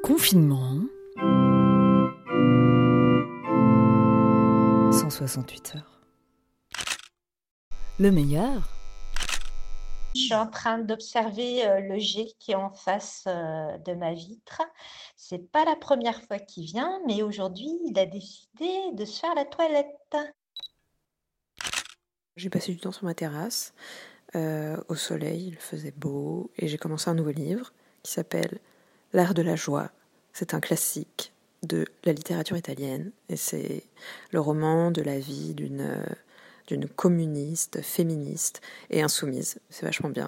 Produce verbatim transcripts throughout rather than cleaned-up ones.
Confinement. cent soixante-huit heures. Le meilleur. Je suis en train d'observer euh, le jet qui est en face euh, de ma vitre. C'est pas la première fois qu'il vient, mais aujourd'hui, il a décidé de se faire la toilette. J'ai passé du temps sur ma terrasse, euh, au soleil, il faisait beau, et j'ai commencé un nouveau livre qui s'appelle L'art de la joie. C'est un classique de la littérature italienne, et c'est le roman de la vie d'une, euh, d'une communiste, féministe et insoumise. C'est vachement bien.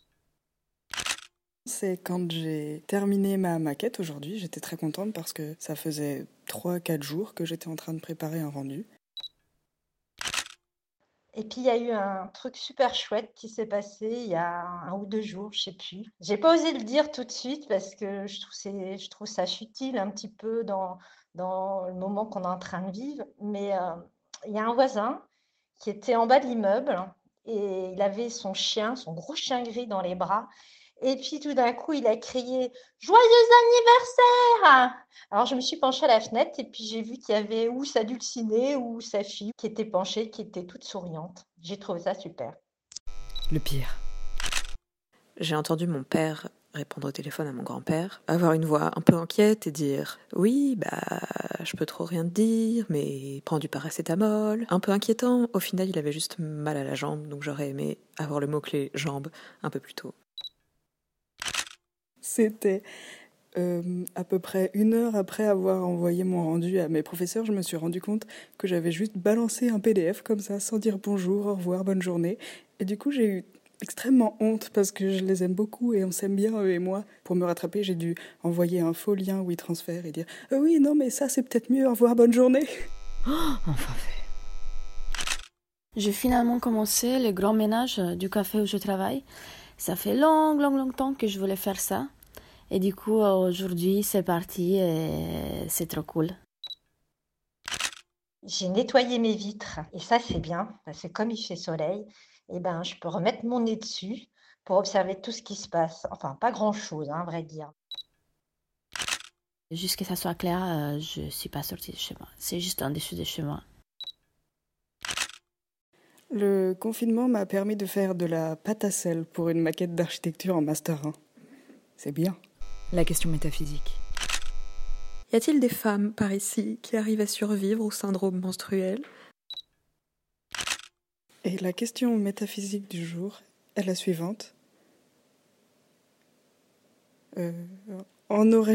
C'est quand j'ai terminé ma maquette aujourd'hui, j'étais très contente parce que ça faisait trois quatre jours que j'étais en train de préparer un rendu. Et puis, il y a eu un truc super chouette qui s'est passé il y a un ou deux jours, je sais plus. J'ai pas osé le dire tout de suite parce que je trouve, c'est, je trouve ça futile un petit peu dans, dans le moment qu'on est en train de vivre. Mais euh, il y a un voisin qui était en bas de l'immeuble et il avait son chien, son gros chien gris dans les bras. Et puis tout d'un coup, il a crié «Joyeux anniversaire!» Alors je me suis penchée à la fenêtre et puis j'ai vu qu'il y avait ou sa dulcinée ou sa fille qui était penchée, qui était toute souriante. J'ai trouvé ça super. Le pire. J'ai entendu mon père répondre au téléphone à mon grand-père, avoir une voix un peu inquiète et dire « Oui, bah, je peux trop rien te dire, mais prends du paracétamol. » Un peu inquiétant, au final il avait juste mal à la jambe, donc j'aurais aimé avoir le mot-clé « jambe » un peu plus tôt. C'était euh, à peu près une heure après avoir envoyé mon rendu à mes professeurs, je me suis rendu compte que j'avais juste balancé un P D F comme ça, sans dire bonjour, au revoir, bonne journée. Et du coup, j'ai eu extrêmement honte parce que je les aime beaucoup et on s'aime bien, eux et moi. Pour me rattraper, j'ai dû envoyer un faux lien WeTransfer et dire euh, « Oui, non, mais ça, c'est peut-être mieux, au revoir, bonne journée ». Oh, enfin fait. J'ai finalement commencé le grand ménage du café où je travaille. Ça fait long, long, longtemps que je voulais faire ça. Et du coup, aujourd'hui, c'est parti et c'est trop cool. J'ai nettoyé mes vitres et ça c'est bien parce que comme il fait soleil, eh ben, je peux remettre mon nez dessus pour observer tout ce qui se passe. Enfin, pas grand-chose, hein, à vrai dire. Jusqu'à ce que ça soit clair, euh, je ne suis pas sortie de chez moi. C'est juste en dessous de chez moi. Le confinement m'a permis de faire de la pâte à sel pour une maquette d'architecture en Master un. C'est bien. La question métaphysique. Y a-t-il des femmes par ici qui arrivent à survivre au syndrome menstruel ? Et la question métaphysique du jour est la suivante. Euh, en aurais-je une demain ?